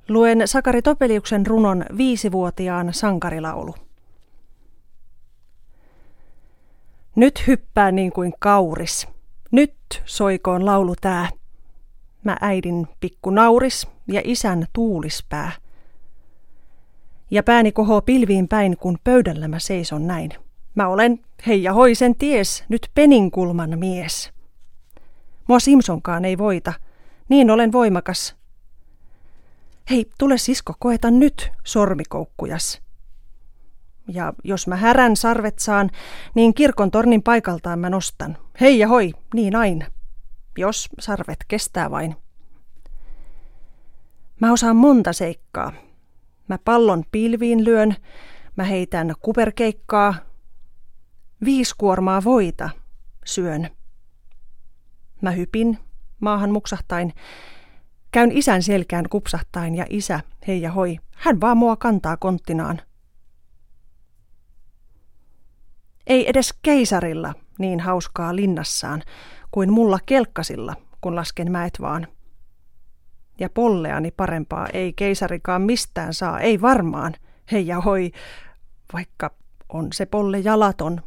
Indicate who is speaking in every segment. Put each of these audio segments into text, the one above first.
Speaker 1: Luen Sakari Topeliuksen runon 5-vuotiaan sankarilaulu. Nyt hyppää niin kuin kauris. Nyt soikoon laulu tää. Mä äidin pikku nauris ja isän tuulispää. Ja pääni kohoo pilviin päin, kun pöydällä mä seison näin. Mä olen, hei ja hoi sen ties, nyt peninkulman mies. Mua Simpsonkaan ei voita, niin olen voimakas. Hei, tule sisko, koeta nyt, sormikoukkujas. Ja jos mä härän sarvet saan, niin kirkon tornin paikaltaan mä nostan. Hei ja hoi, niin aina. Jos sarvet kestää vain. Mä osaan monta seikkaa. Mä pallon pilviin lyön, mä heitän kuperkeikkaa. 5 kuormaa voita syön. Mä hypin maahan muksahtain. Käyn isän selkään kupsahtain ja isä, hei ja hoi, hän vaan mua kantaa konttinaan. Ei edes keisarilla niin hauskaa linnassaan kuin mulla kelkkasilla, kun lasken mäet vaan. Ja polleani parempaa ei keisarikaan mistään saa, ei varmaan, hei ja hoi, vaikka on se polle jalaton.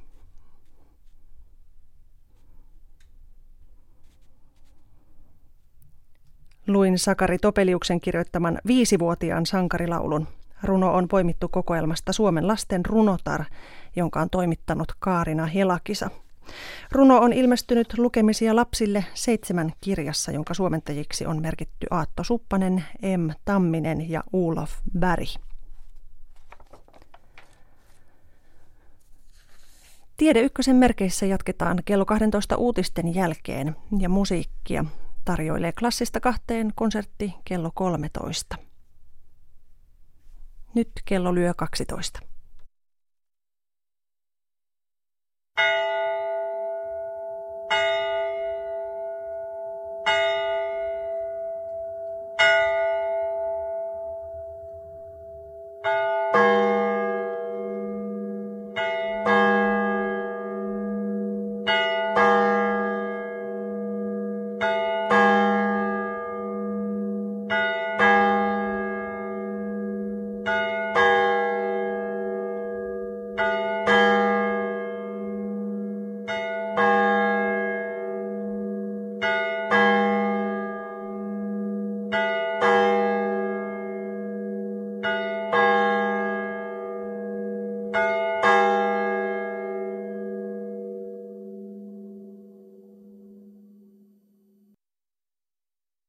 Speaker 1: Luin Sakari Topeliuksen kirjoittaman 5-vuotiaan sankarilaulun. Runo on poimittu kokoelmasta Suomen lasten runotar, jonka on toimittanut Kaarina Helakisa. Runo on ilmestynyt lukemisia lapsille 7 kirjassa, jonka suomentajiksi on merkitty Aatto Suppanen, M. Tamminen ja Olof Berg. Tiede Ykkösen merkeissä jatketaan kello 12 uutisten jälkeen ja musiikkia tarjoilee Klassista 2 konsertti kello 13. Nyt kello lyö 12.